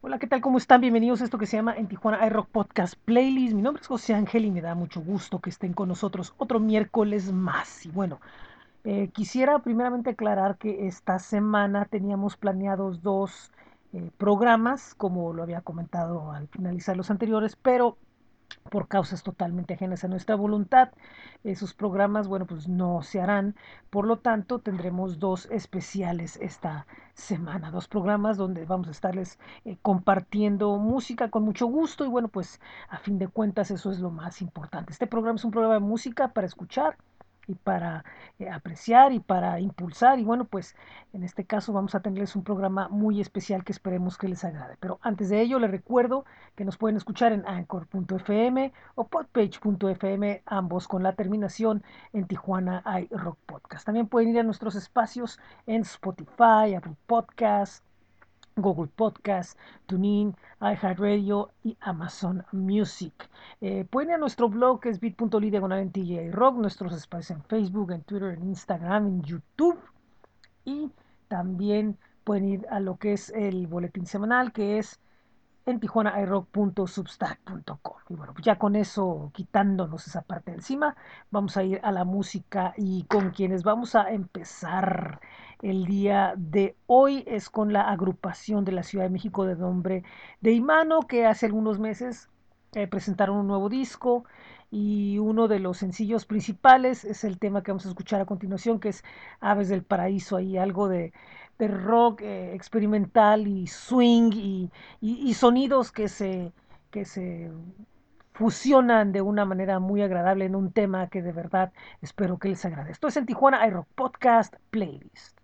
Hola, ¿qué tal? ¿Cómo están? Bienvenidos a esto que se llama En Tijuana iRock Podcast Playlist. Mi nombre es José Ángel y me da mucho gusto que estén con nosotros otro miércoles más. Y bueno, quisiera primeramente aclarar que esta semana teníamos planeados dos programas, como lo había comentado al finalizar los anteriores, pero por causas totalmente ajenas a nuestra voluntad. Esos programas, bueno, pues no se harán. Por lo tanto, tendremos dos especiales esta semana, dos programas donde vamos a estarles compartiendo música con mucho gusto y bueno, pues a fin de cuentas eso es lo más importante. Este programa es un programa de música para escuchar y para apreciar y para impulsar y bueno pues en este caso vamos a tenerles un programa muy especial que esperemos que les agrade, pero antes de ello les recuerdo que nos pueden escuchar en anchor.fm o podpage.fm, ambos con la terminación en Tijuana iRock Podcast. También pueden ir a nuestros espacios en Spotify, Apple Podcast, Google Podcast, TuneIn, iHeartRadio y Amazon Music. Pueden ir a nuestro blog que es bit.ly/TJ Rock, nuestros espacios en Facebook, en Twitter, en Instagram, en YouTube y también pueden ir a lo que es el boletín semanal que es en tijuanairock.substack.com. Y bueno, pues ya con eso, quitándonos esa parte de encima, vamos a ir a la música y con quienes vamos a empezar el día de hoy es con la agrupación de la Ciudad de México de nombre de Imano, que hace algunos meses presentaron un nuevo disco y uno de los sencillos principales es el tema que vamos a escuchar a continuación, que es Aves del Paraíso, ahí algo de rock experimental y swing y sonidos que se fusionan de una manera muy agradable en un tema que de verdad espero que les agrade. Esto es en Tijuana iRock Podcast Playlist.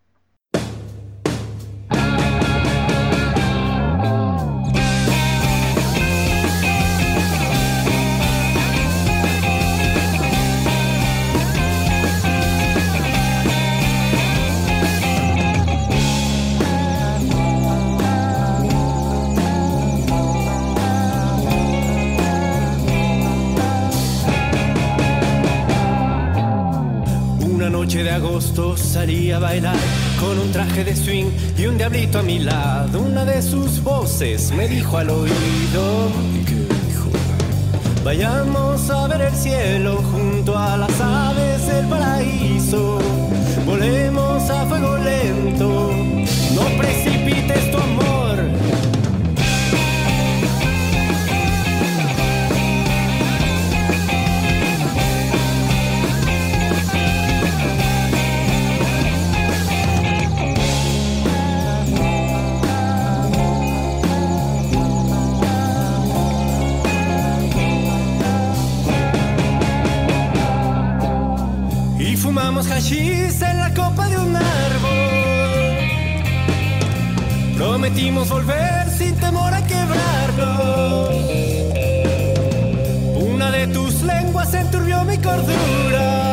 Una noche de agosto salí a bailar con un traje de swing y un diablito a mi lado. Una de sus voces me dijo al oído: vayamos a ver el cielo junto a las aves del paraíso. Volemos a fuego lento, no precipites tu amor. Fumamos hachís en la copa de un árbol. Prometimos volver sin temor a quebrarnos. Una de tus lenguas enturbió mi cordura.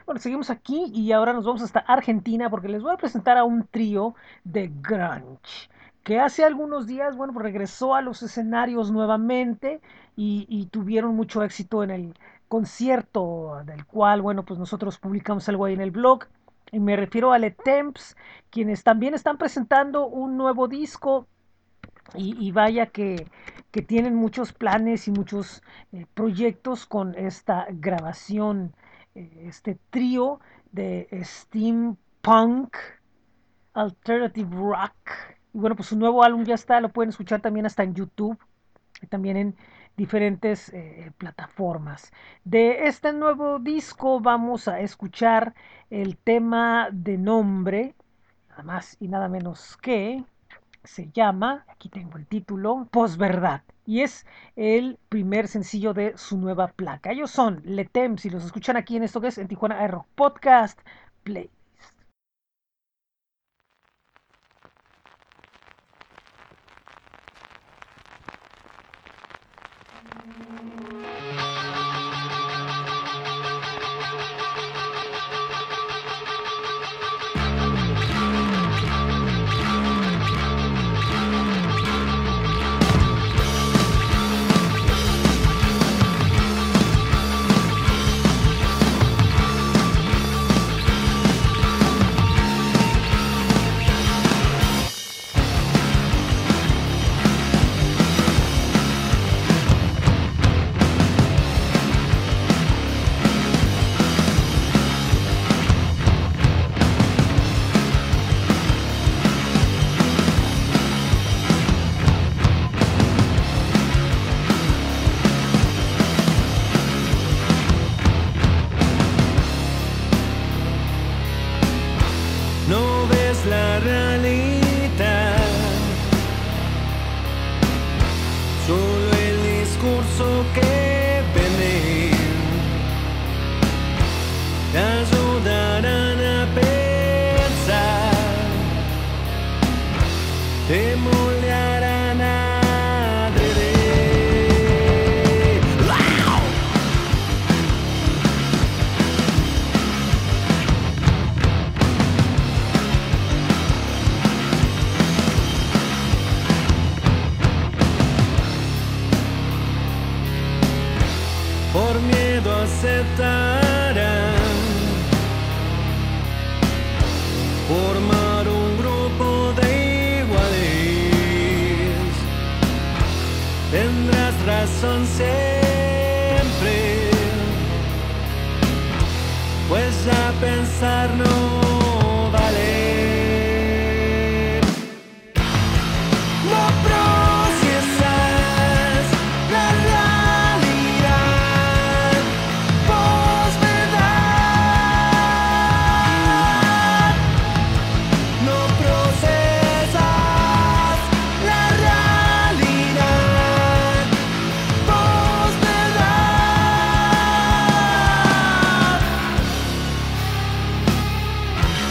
Bueno, seguimos aquí y ahora nos vamos hasta Argentina porque les voy a presentar a un trío de grunge que hace algunos días, bueno, pues regresó a los escenarios nuevamente y tuvieron mucho éxito en el concierto del cual, bueno, pues nosotros publicamos algo ahí en el blog. Y me refiero a Le Temps, quienes también están presentando un nuevo disco y vaya que tienen muchos planes y muchos proyectos con esta grabación, este trío de steampunk, alternative rock. Y bueno, pues su nuevo álbum ya está, lo pueden escuchar también hasta en YouTube y también en diferentes plataformas. De este nuevo disco vamos a escuchar el tema de nombre, nada más y nada menos que se llama, aquí tengo el título, Posverdad. Y es el primer sencillo de su nueva placa. Ellos son Letem, si los escuchan aquí en esto que es en Tijuana Air Podcast Play. No ves la realidad, solo el discurso que venden. Te ayudarán a pensar, te moldearán adrede. Por miedo aceptarán formar un grupo de iguales. Tendrás razón siempre, pues ya pensar no vale. No procesas la realidad, posverdad. No procesas la realidad, posverdad.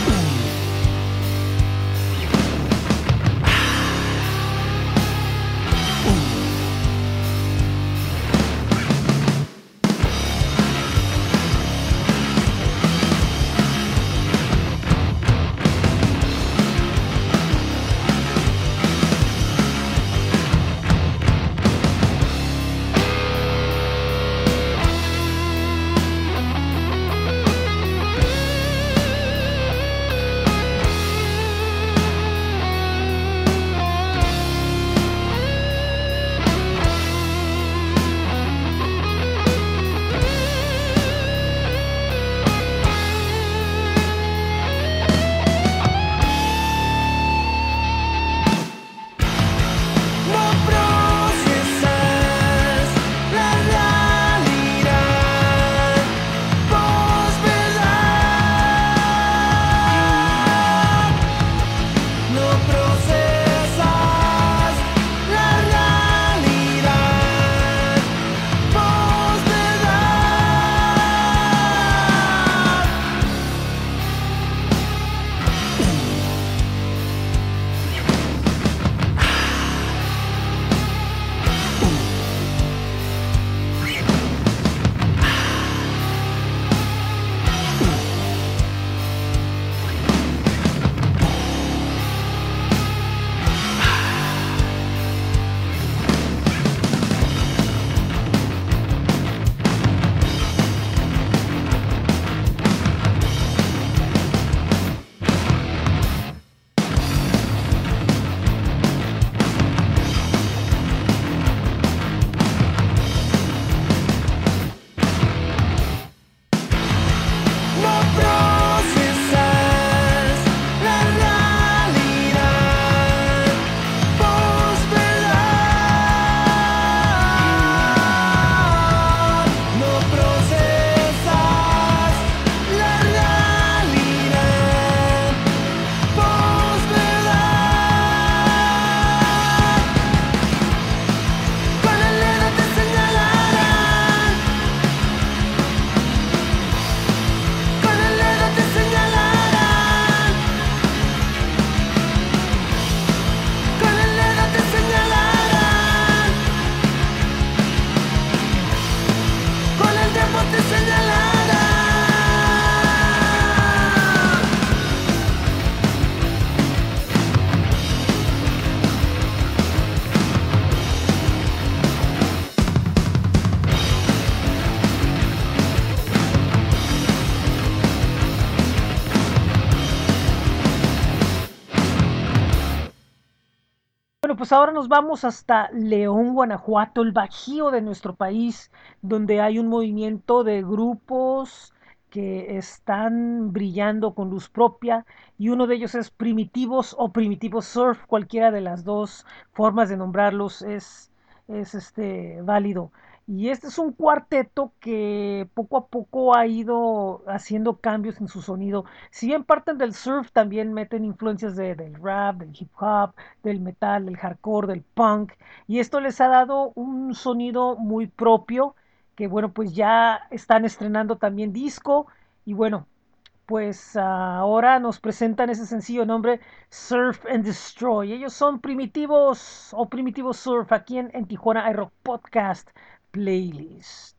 pues ahora nos vamos hasta León, Guanajuato, el bajío de nuestro país, donde hay un movimiento de grupos que están brillando con luz propia y uno de ellos es Primitivos o Primitivos Surf, cualquiera de las dos formas de nombrarlos es válido. Y este es un cuarteto que poco a poco ha ido haciendo cambios en su sonido. Si bien parten del surf, también meten influencias del rap, del hip hop, del metal, del hardcore, del punk. Y esto les ha dado un sonido muy propio, que bueno, pues ya están estrenando también disco. Y bueno, pues ahora nos presentan ese sencillo nombre Surf and Destroy. Ellos son Primitivos o Primitivos Surf aquí en Tijuana iRock Podcast Playlist.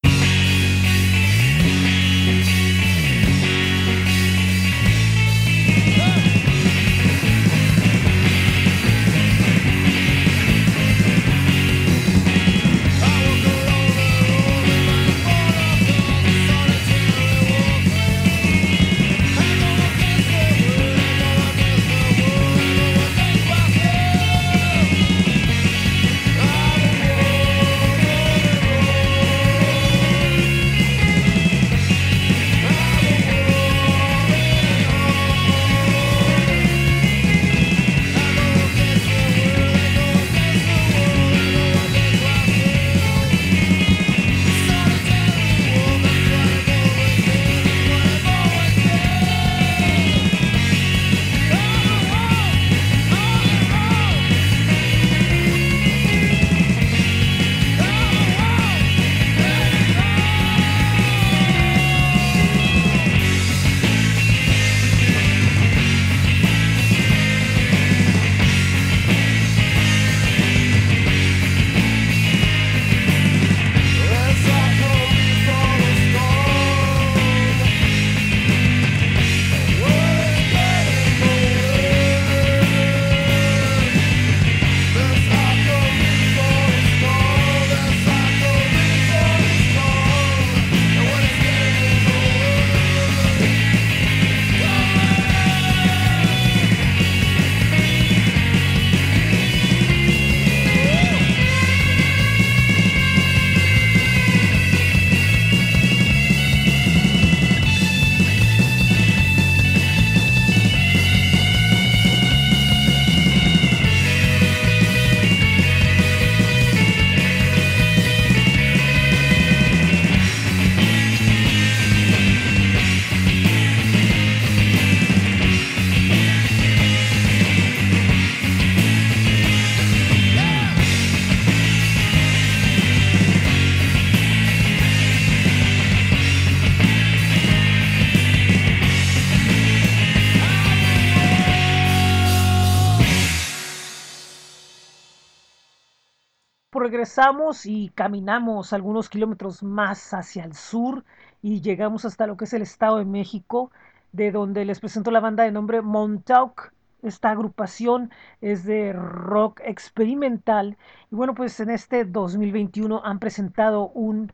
Regresamos y caminamos algunos kilómetros más hacia el sur y llegamos hasta lo que es el Estado de México, de donde les presento la banda de nombre Montauk. Esta agrupación es de rock experimental y bueno, pues en este 2021 han presentado un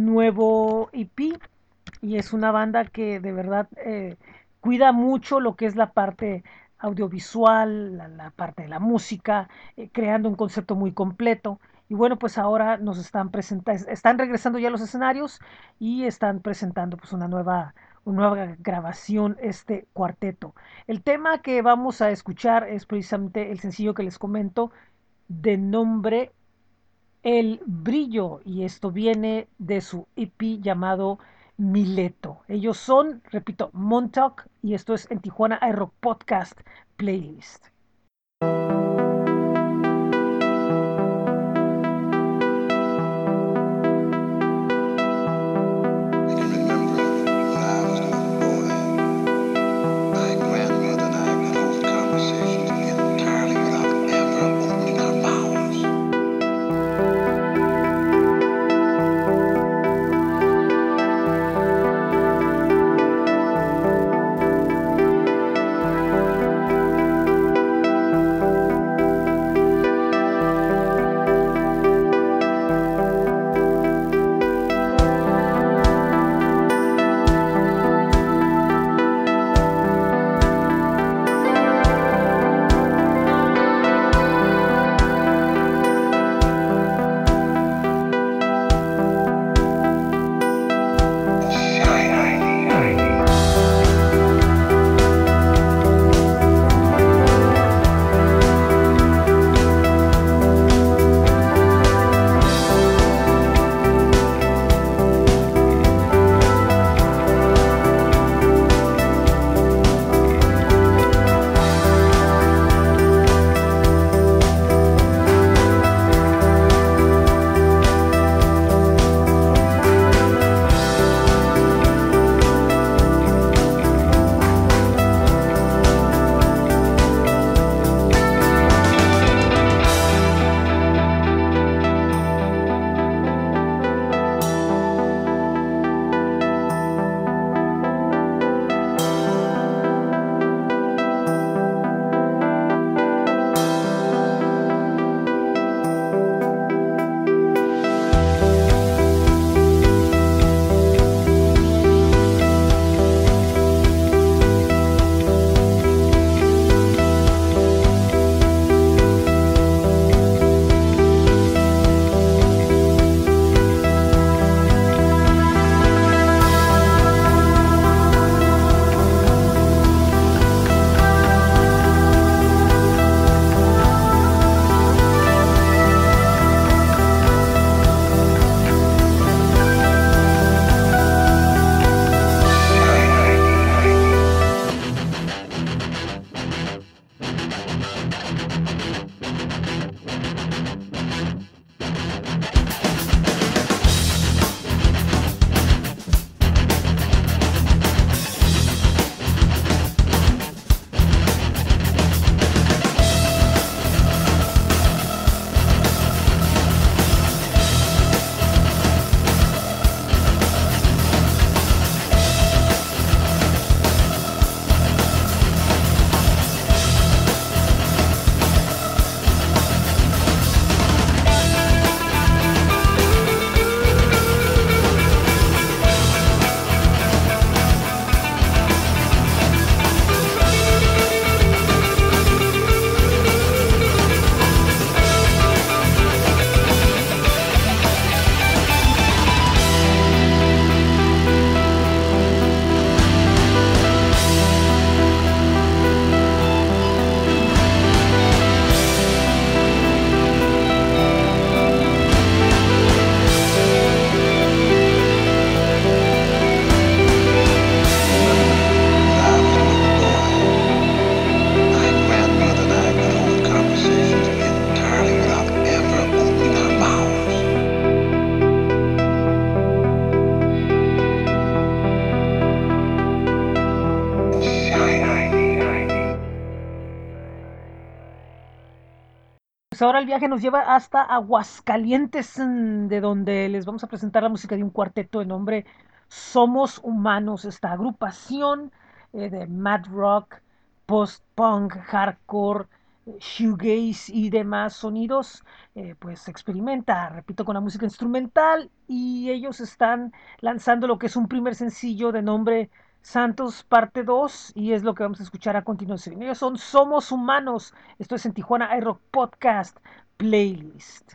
nuevo EP y es una banda que de verdad cuida mucho lo que es la parte audiovisual, la parte de la música, creando un concepto muy completo. Y bueno, pues ahora nos están presentando, están regresando ya a los escenarios y están presentando pues una nueva grabación, este cuarteto. El tema que vamos a escuchar es precisamente el sencillo que les comento de nombre El Brillo y esto viene de su EP llamado Mileto. Ellos son, repito, Montauk y esto es en Tijuana iRock Podcast Playlist. Pues ahora el viaje nos lleva hasta Aguascalientes, de donde les vamos a presentar la música de un cuarteto de nombre Somos Humanos. Esta agrupación de mad rock, post-punk, hardcore, shoegaze y demás sonidos, pues experimenta, repito, con la música instrumental, y ellos están lanzando lo que es un primer sencillo de nombre Santos parte 2, y es lo que vamos a escuchar a continuación. Ellos son Somos Humanos. Esto es en Tijuana iRock Podcast Playlist.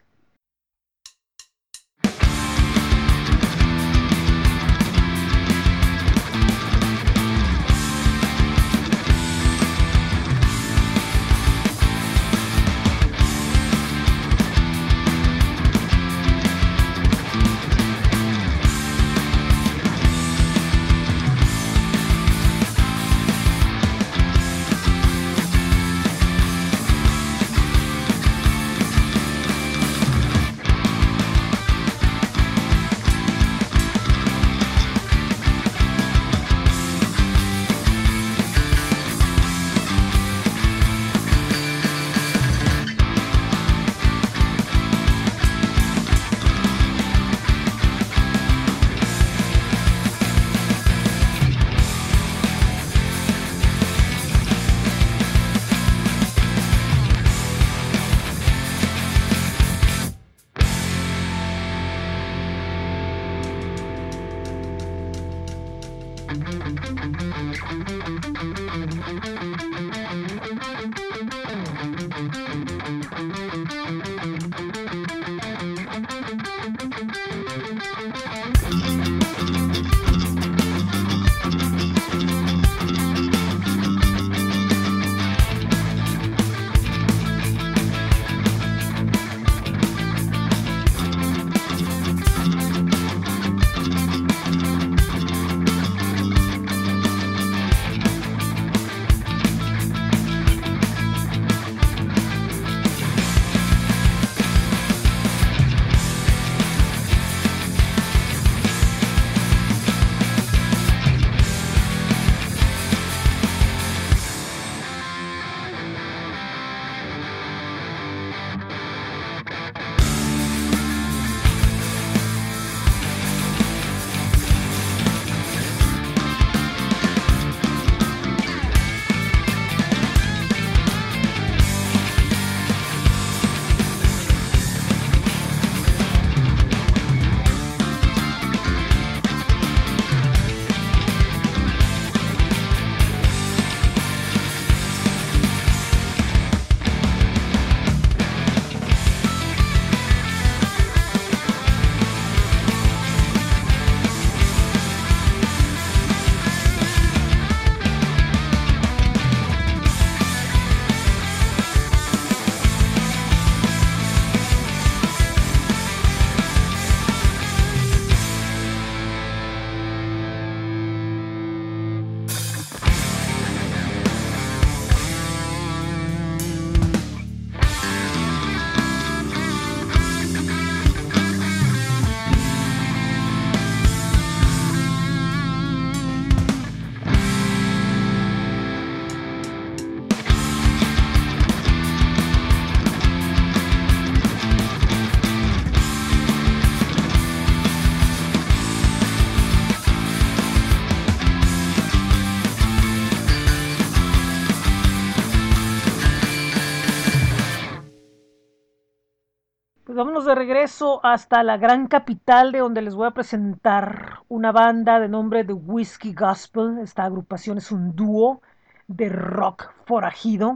Pues vámonos de regreso hasta la gran capital, de donde les voy a presentar una banda de nombre The Whiskey Gospel. Esta agrupación es un dúo de rock forajido,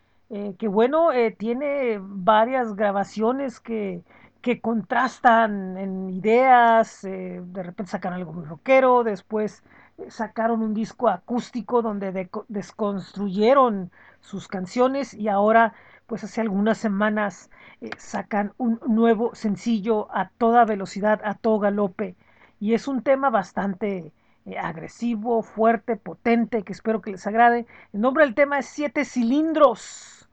que bueno, tiene varias grabaciones que contrastan en ideas. De repente sacan algo muy rockero, después sacaron un disco acústico donde desconstruyeron sus canciones, y ahora pues hace algunas semanas sacan un nuevo sencillo a toda velocidad, a todo galope, y es un tema bastante agresivo, fuerte, potente, que espero que les agrade. El nombre del tema es Siete Cilindros.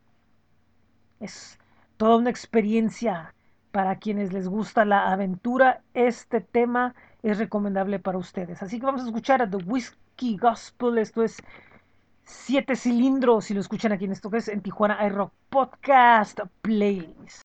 Es toda una experiencia para quienes les gusta la aventura. Este tema es recomendable para ustedes. Así que vamos a escuchar a The Whiskey Gospel. Esto es Siete cilindros, si lo escuchan aquí en esto que es en Tijuana iRock Podcast Playlist.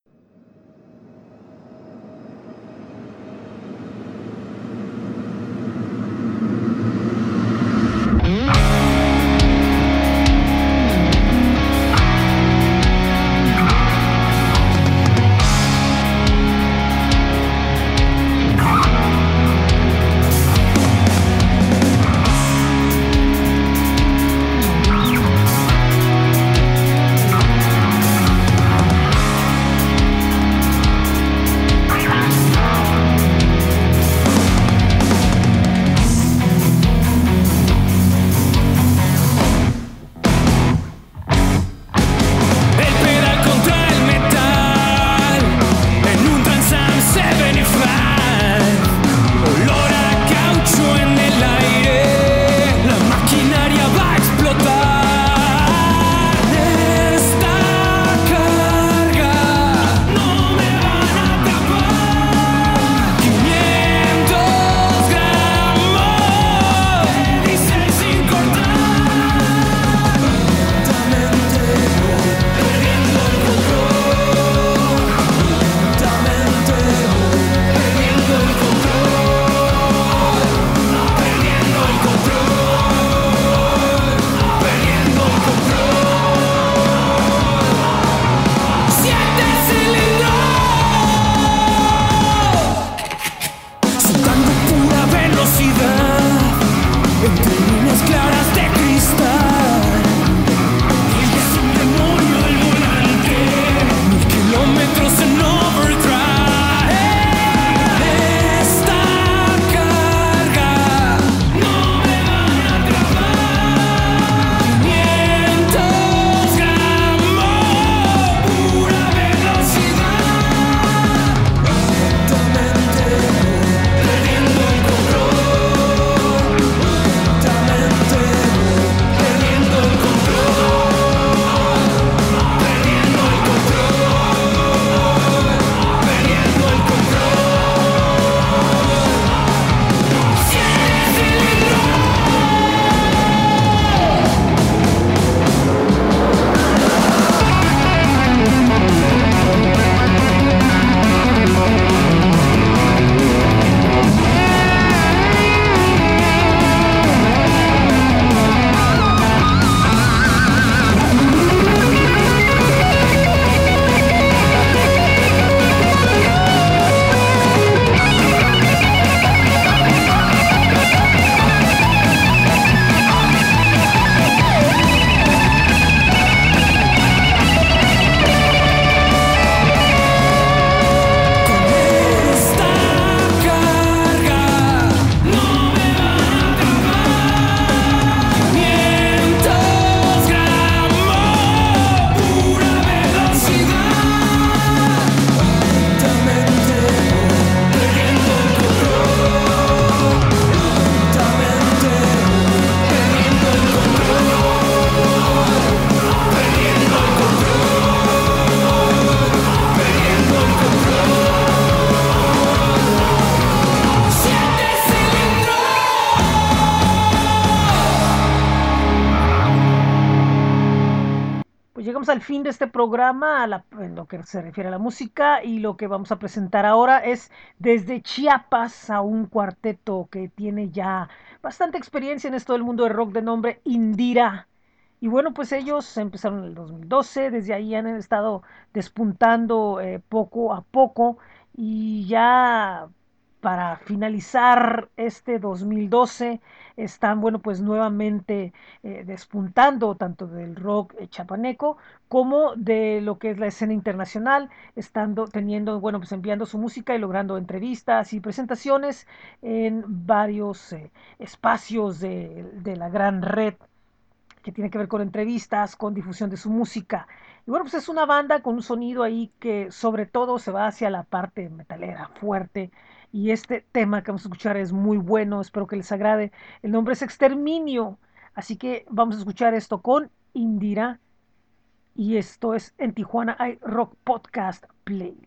Llegamos al fin de este programa, en lo que se refiere a la música, y lo que vamos a presentar ahora es desde Chiapas a un cuarteto que tiene ya bastante experiencia en esto del mundo de rock de nombre Indira. Y bueno, pues ellos empezaron en el 2012, desde ahí han estado despuntando poco a poco y ya para finalizar este 2012 están, bueno, pues nuevamente despuntando tanto del rock chapaneco como de lo que es la escena internacional, estando teniendo, bueno, pues enviando su música y logrando entrevistas y presentaciones en varios espacios de la gran red que tiene que ver con entrevistas, con difusión de su música. Y bueno, pues es una banda con un sonido ahí que sobre todo se va hacia la parte metalera, fuerte. Y este tema que vamos a escuchar es muy bueno, espero que les agrade. El nombre es Exterminio, así que vamos a escuchar esto con Indira. Y esto es en Tijuana hay Rock Podcast Playlist.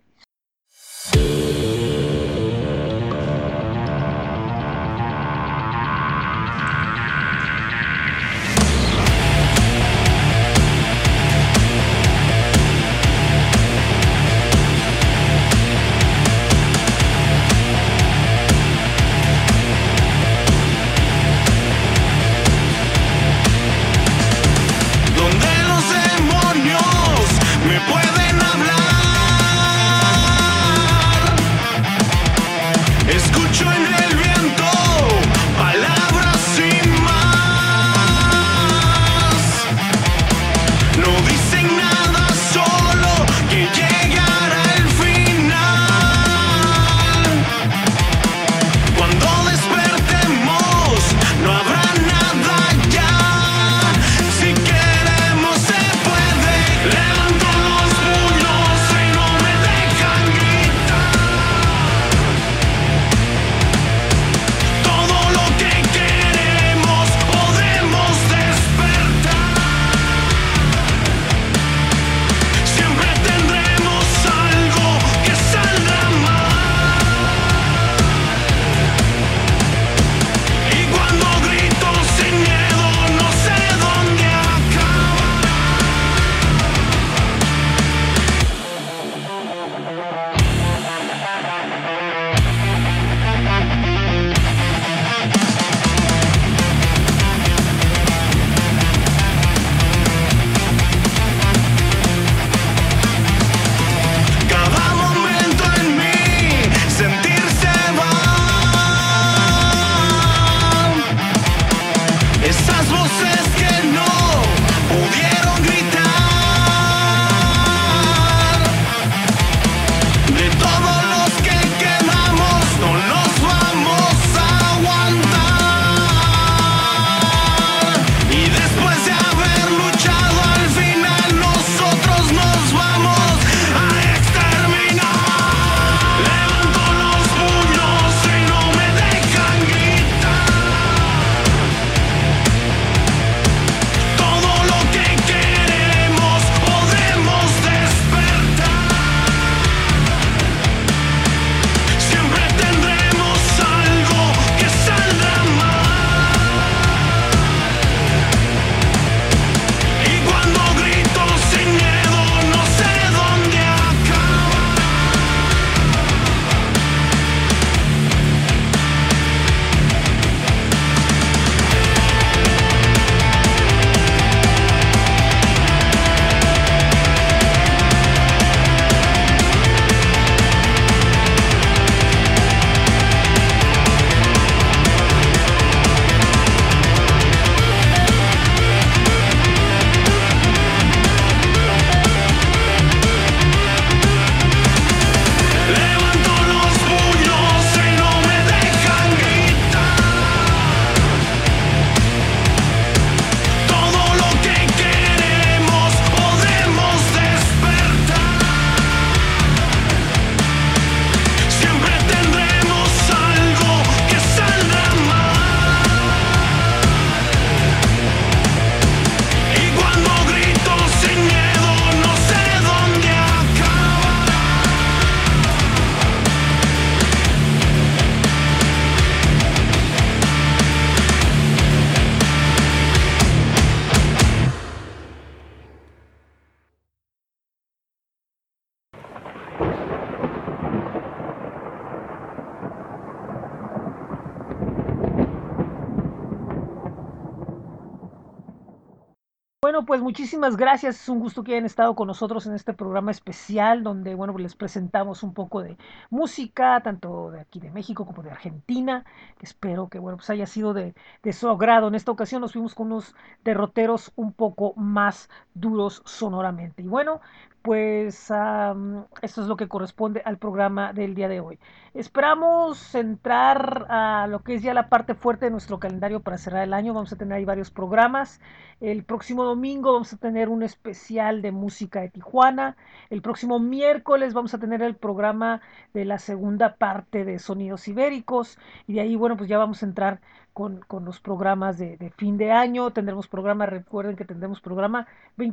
Bueno, pues muchísimas gracias. Es un gusto que hayan estado con nosotros en este programa especial donde, bueno, pues les presentamos un poco de música, tanto de aquí de México como de Argentina. Espero que, bueno, pues haya sido de su agrado. En esta ocasión nos fuimos con unos derroteros un poco más duros sonoramente. Y bueno, pues esto es lo que corresponde al programa del día de hoy. Esperamos entrar a lo que es ya la parte fuerte de nuestro calendario para cerrar el año. Vamos a tener ahí varios programas. El próximo domingo vamos a tener un especial de música de Tijuana. El próximo miércoles vamos a tener el programa de la segunda parte de Sonidos Ibéricos. Y de ahí, bueno, pues ya vamos a entrar con los programas de fin de año. Tendremos programa, recuerden que tendremos programa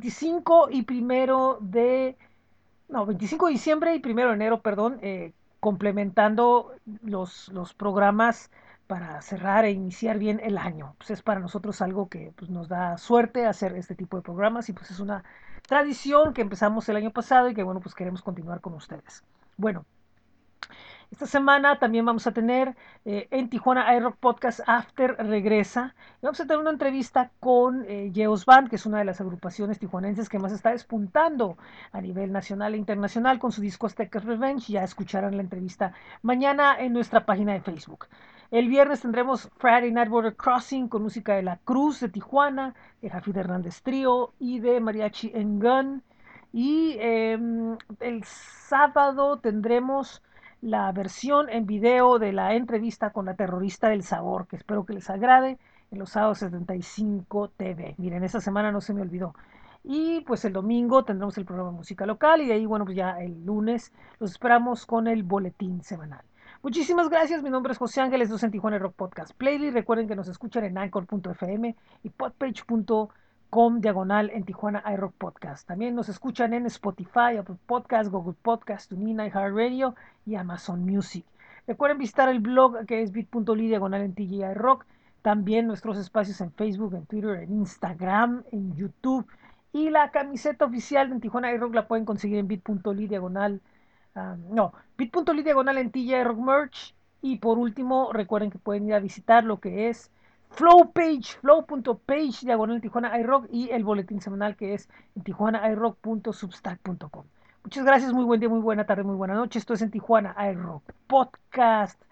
25 y primero de no, 25 de diciembre y primero de enero, perdón, complementando los programas para cerrar e iniciar bien el año. Pues es para nosotros algo que pues, nos da suerte hacer este tipo de programas y pues es una tradición que empezamos el año pasado y que bueno, pues queremos continuar con ustedes. Bueno, Esta semana también vamos a tener en Tijuana iRock Podcast After regresa. Y vamos a tener una entrevista con Yeos Band, que es una de las agrupaciones tijuanenses que más está despuntando a nivel nacional e internacional con su disco Aztecas Revenge. Ya escucharán la entrevista mañana en nuestra página de Facebook. El viernes tendremos Friday Night Border Crossing con música de La Cruz de Tijuana, de Jafid Hernández Trío y de Mariachi en Gun. Y el sábado tendremos la versión en video de la entrevista con la terrorista del sabor, que espero que les agrade, en los sábados 75 TV. Miren, esta semana no se me olvidó. Y pues el domingo tendremos el programa Música Local y de ahí, bueno, pues ya el lunes los esperamos con el boletín semanal. Muchísimas gracias, mi nombre es José Ángeles, dos en Tijuana Rock Podcast Playlist. Recuerden que nos escuchan en anchor.fm y podpage.com/diagonal en Tijuana iRock Podcast. También nos escuchan en Spotify, Apple Podcast, Google Podcast, TuneIn, iHeartRadio y Amazon Music. Recuerden visitar el blog que es bit.ly/diagonal en TGI Rock. También nuestros espacios en Facebook, en Twitter, en Instagram, en YouTube. Y la camiseta oficial de Tijuana iRock la pueden conseguir en bit.ly/diagonal. No, bit.ly/diagonal en TGI Rock Merch. Y por último, recuerden que pueden ir a visitar lo que es flow.page/diagonal Tijuana iRock y el boletín semanal que es en tijuanairock.substack.com. Muchas gracias, muy buen día, muy buena tarde, muy buena noche. Esto es en Tijuana iRock Podcast